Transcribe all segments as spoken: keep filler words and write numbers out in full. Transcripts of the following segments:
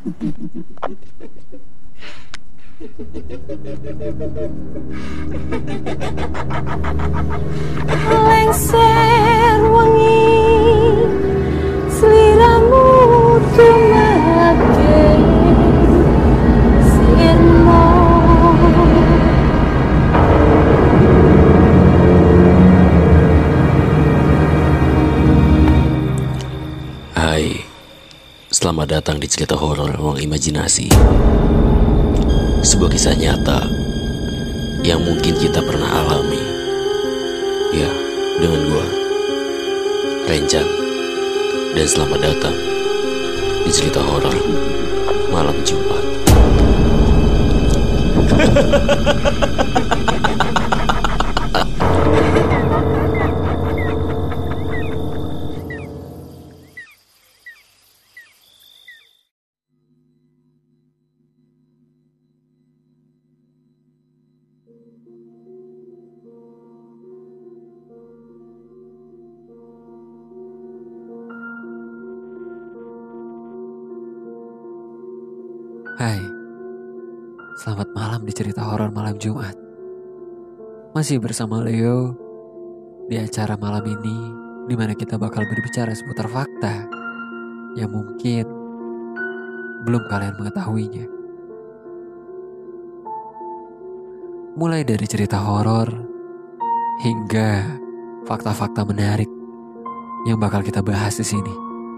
Lengser wengi sliramu tumake sirmo. Hai, selamat datang di cerita horor ruang imajinasi. Sebuah kisah nyata yang mungkin kita pernah alami. Ya, dengan gua, Renjan. Dan selamat datang di cerita horor malam Jumat. Hai, selamat malam di cerita horor malam Jumat. Masih bersama Leo di acara malam ini, di mana kita bakal berbicara seputar fakta yang mungkin belum kalian mengetahuinya. Mulai dari cerita horor hingga fakta-fakta menarik yang bakal kita bahas di sini.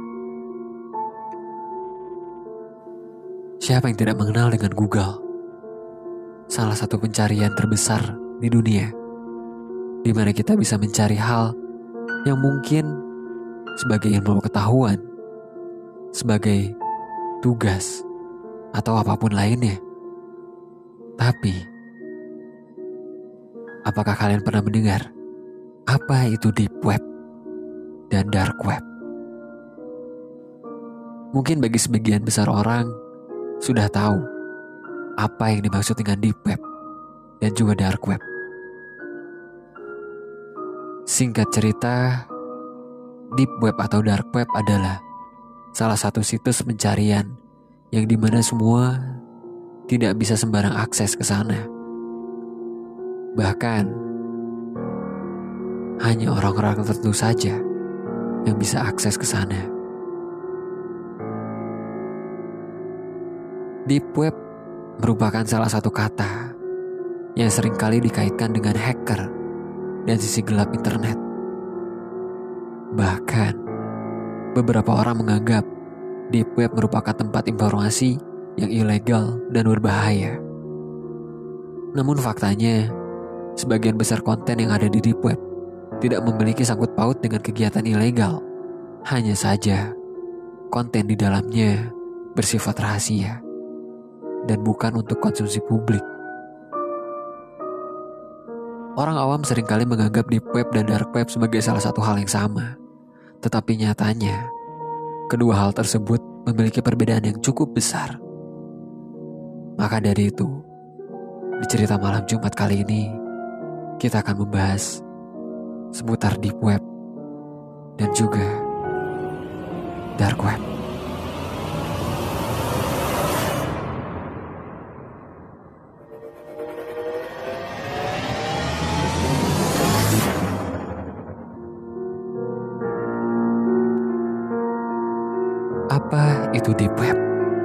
Siapa yang tidak mengenal dengan Google? Salah satu pencarian terbesar di dunia, di mana kita bisa mencari hal yang mungkin sebagai ilmu pengetahuan, sebagai tugas, atau apapun lainnya. Tapi, apakah kalian pernah mendengar apa itu deep web dan dark web? Mungkin bagi sebagian besar orang sudah tahu apa yang dimaksud dengan deep web dan juga dark web. Singkat cerita, deep web atau dark web adalah salah satu situs pencarian yang dimana semua tidak bisa sembarang akses ke sana. Bahkan hanya orang-orang tertentu saja yang bisa akses ke sana. Deep web merupakan salah satu kata yang seringkali dikaitkan dengan hacker dan sisi gelap internet. Bahkan, beberapa orang menganggap deep web merupakan tempat informasi yang ilegal dan berbahaya. Namun faktanya, sebagian besar konten yang ada di deep web tidak memiliki sangkut paut dengan kegiatan ilegal. Hanya saja, konten di dalamnya bersifat rahasia dan bukan untuk konsumsi publik. Orang awam seringkali menganggap deep web dan dark web sebagai salah satu hal yang sama. Tetapi nyatanya, kedua hal tersebut memiliki perbedaan yang cukup besar. Maka dari itu, di cerita malam Jumat kali ini, kita akan membahas seputar deep web dan juga dark web. Apa itu deep web?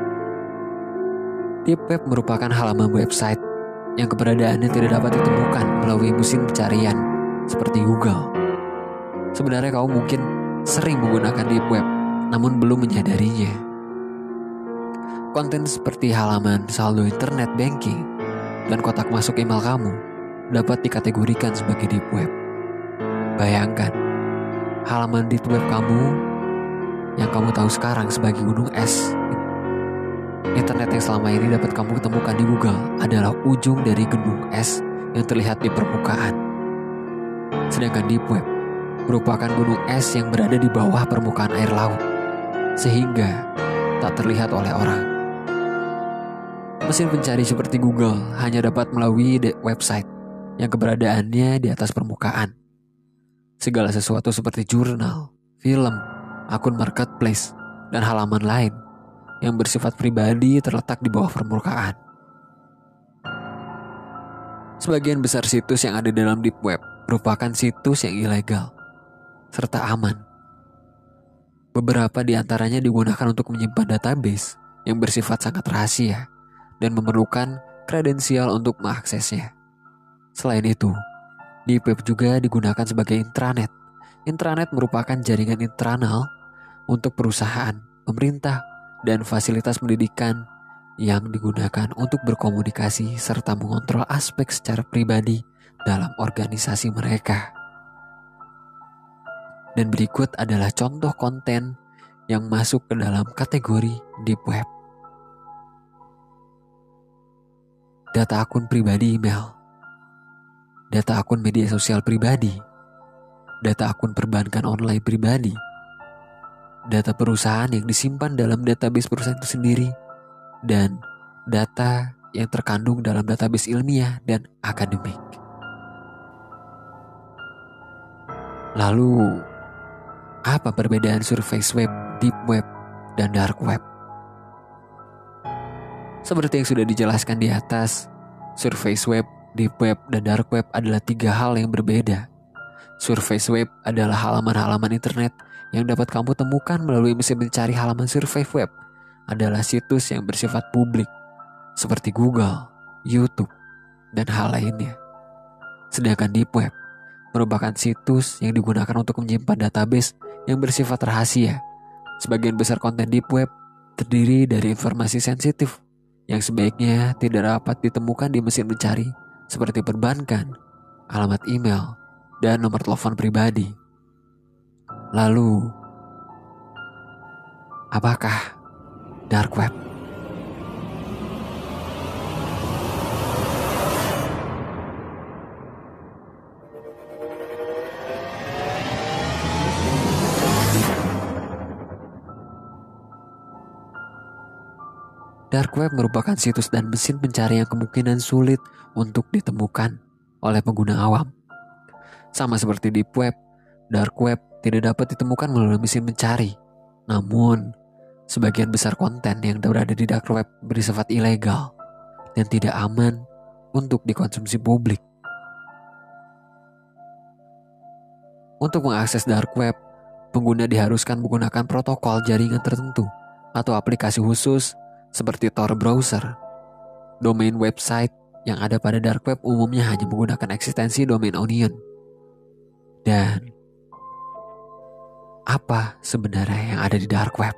Deep web merupakan halaman website yang keberadaannya tidak dapat ditemukan melalui mesin pencarian seperti Google. Sebenarnya kamu mungkin sering menggunakan deep web, namun belum menyadarinya. Konten seperti halaman saldo internet banking dan kotak masuk email kamu dapat dikategorikan sebagai deep web. Bayangkan, halaman deep web kamu yang kamu tahu sekarang sebagai gunung es. Internet yang selama ini dapat kamu temukan di Google adalah ujung dari gunung es yang terlihat di permukaan. Sedangkan deep web merupakan gunung es yang berada di bawah permukaan air laut, sehingga tak terlihat oleh orang. Mesin pencari seperti Google hanya dapat melalui website yang keberadaannya di atas permukaan. Segala sesuatu seperti jurnal, film, akun marketplace, dan halaman lain yang bersifat pribadi terletak di bawah permukaan. Sebagian besar situs yang ada dalam deep web merupakan situs yang ilegal serta aman. Beberapa di antaranya digunakan untuk menyimpan database yang bersifat sangat rahasia dan memerlukan kredensial untuk mengaksesnya. Selain itu, deep web juga digunakan sebagai intranet. Intranet merupakan jaringan internal untuk perusahaan, pemerintah, dan fasilitas pendidikan yang digunakan untuk berkomunikasi serta mengontrol aspek secara pribadi dalam organisasi mereka. Dan berikut adalah contoh konten yang masuk ke dalam kategori deep web. Data akun pribadi email, data akun media sosial pribadi, data akun perbankan online pribadi, data perusahaan yang disimpan dalam database perusahaan itu sendiri, dan data yang terkandung dalam database ilmiah dan akademik. Lalu, apa perbedaan surface web, deep web, dan dark web? Seperti yang sudah dijelaskan di atas, surface web, deep web, dan dark web adalah tiga hal yang berbeda. Surface web adalah halaman-halaman internet yang dapat kamu temukan melalui mesin mencari. Halaman surface web adalah situs yang bersifat publik seperti Google, YouTube, dan hal lainnya. Sedangkan deep web merupakan situs yang digunakan untuk menyimpan database yang bersifat rahasia. Sebagian besar konten deep web terdiri dari informasi sensitif yang sebaiknya tidak dapat ditemukan di mesin mencari seperti perbankan, alamat email, dan nomor telepon pribadi. Lalu, apakah dark web? Dark web merupakan situs dan mesin pencari yang kemungkinan sulit untuk ditemukan oleh pengguna awam. Sama seperti deep web, dark web tidak dapat ditemukan melalui mesin mencari. Namun, sebagian besar konten yang berada di dark web bersifat ilegal dan tidak aman untuk dikonsumsi publik. Untuk mengakses dark web, pengguna diharuskan menggunakan protokol jaringan tertentu atau aplikasi khusus seperti Tor browser. Domain website yang ada pada dark web umumnya hanya menggunakan eksistensi domain onion. Dan apa sebenarnya yang ada di dark web?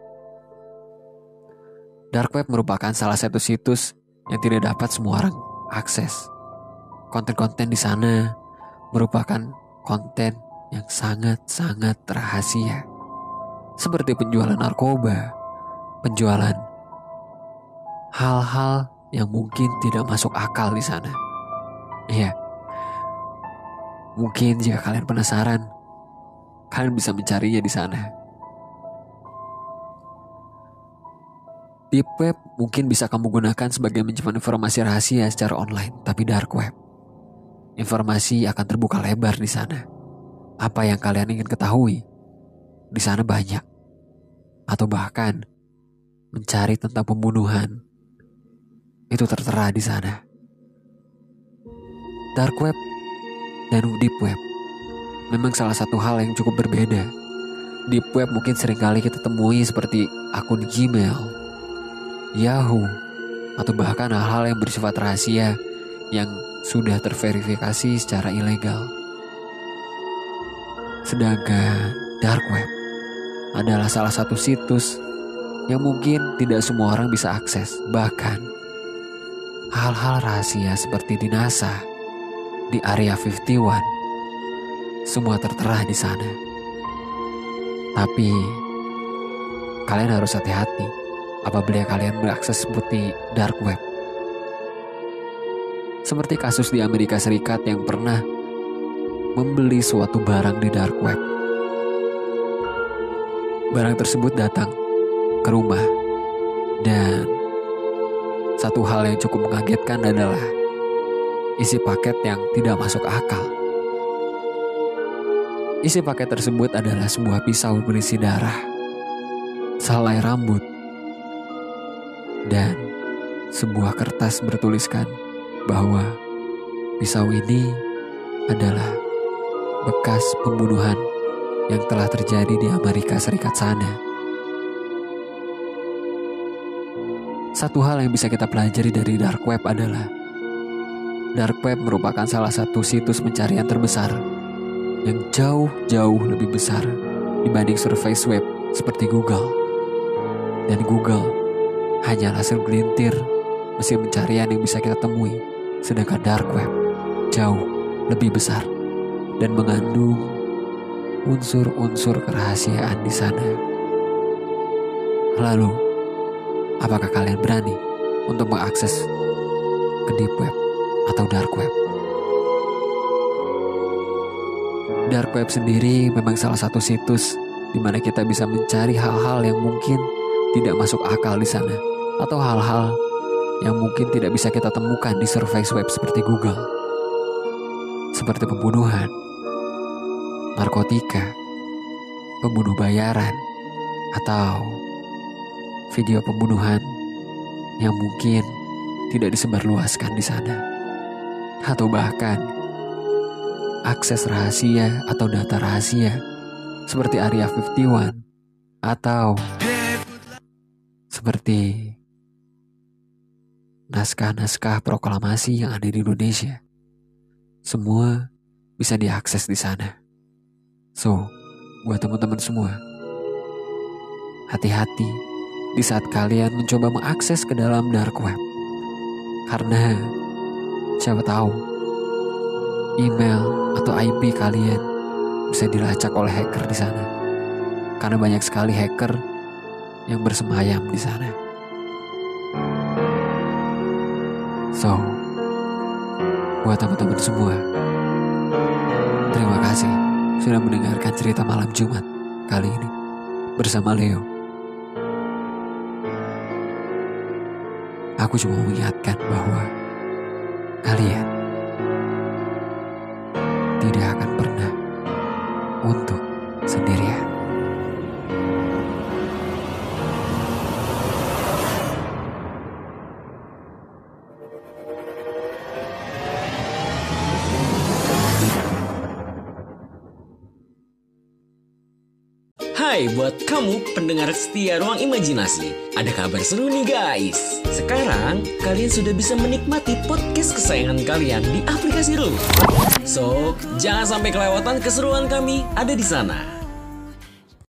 Dark web merupakan salah satu situs yang tidak dapat semua orang akses. Konten-konten di sana merupakan konten yang sangat-sangat rahasia. Seperti penjualan narkoba, penjualan hal-hal yang mungkin tidak masuk akal di sana. Iya. Mungkin jika kalian penasaran, kalian bisa mencarinya di sana. Deep web mungkin bisa kamu gunakan sebagai menyimpan informasi rahasia secara online, tapi dark web, informasi akan terbuka lebar di sana. Apa yang kalian ingin ketahui di sana banyak, atau bahkan mencari tentang pembunuhan itu tertera di sana. Dark web dan deep web memang salah satu hal yang cukup berbeda. Deep web mungkin seringkali kita temui seperti akun Gmail, Yahoo, atau bahkan hal-hal yang bersifat rahasia yang sudah terverifikasi secara ilegal. Sedangkan dark web adalah salah satu situs yang mungkin tidak semua orang bisa akses. Bahkan hal-hal rahasia seperti di NASA, di Area lima puluh satu, semua tertera di sana. Tapi kalian harus hati-hati apabila kalian mengakses seperti dark web. Seperti kasus di Amerika Serikat yang pernah membeli suatu barang di dark web. Barang tersebut datang ke rumah, dan satu hal yang cukup mengagetkan adalah isi paket yang tidak masuk akal. Isi paket tersebut adalah sebuah pisau berisi darah, selai rambut, Dan sebuah kertas bertuliskan bahwa pisau ini adalah bekas pembunuhan yang telah terjadi di Amerika Serikat sana. Satu hal yang bisa kita pelajari dari dark web adalah dark web merupakan salah satu situs pencarian terbesar yang jauh-jauh lebih besar dibanding surface web seperti Google. Dan Google hanyalah segelintir mesin pencarian yang bisa kita temui, sedangkan dark web jauh lebih besar dan mengandung unsur-unsur kerahasiaan di sana. Lalu, apakah kalian berani untuk mengakses ke deep web atau dark web? Dark web sendiri memang salah satu situs di mana kita bisa mencari hal-hal yang mungkin tidak masuk akal di sana, atau hal-hal yang mungkin tidak bisa kita temukan di surface web seperti Google, seperti pembunuhan, narkotika, pembunuh bayaran, atau video pembunuhan yang mungkin tidak disebarluaskan di sana, atau bahkan akses rahasia atau data rahasia seperti Area lima puluh satu, atau seperti naskah-naskah proklamasi yang ada di Indonesia. Semua bisa diakses di sana. So, buat teman-teman semua, hati-hati di saat kalian mencoba mengakses ke dalam dark web. Karena siapa tahu email atau I P kalian bisa dilacak oleh hacker di sana. Karena banyak sekali hacker yang bersemayam di sana. So, buat teman-teman semua, terima kasih sudah mendengarkan cerita malam Jumat kali ini bersama Leo. Aku cuma mengingatkan bahwa kalian tidak akan pernah untuk sendirian. Hai buat kamu pendengar setia Ruang Imajinasi. Ada kabar seru nih guys. Sekarang kalian sudah bisa menikmati podcast kesayangan kalian di aplikasi Room. So, jangan sampai kelewatan keseruan kami ada di sana.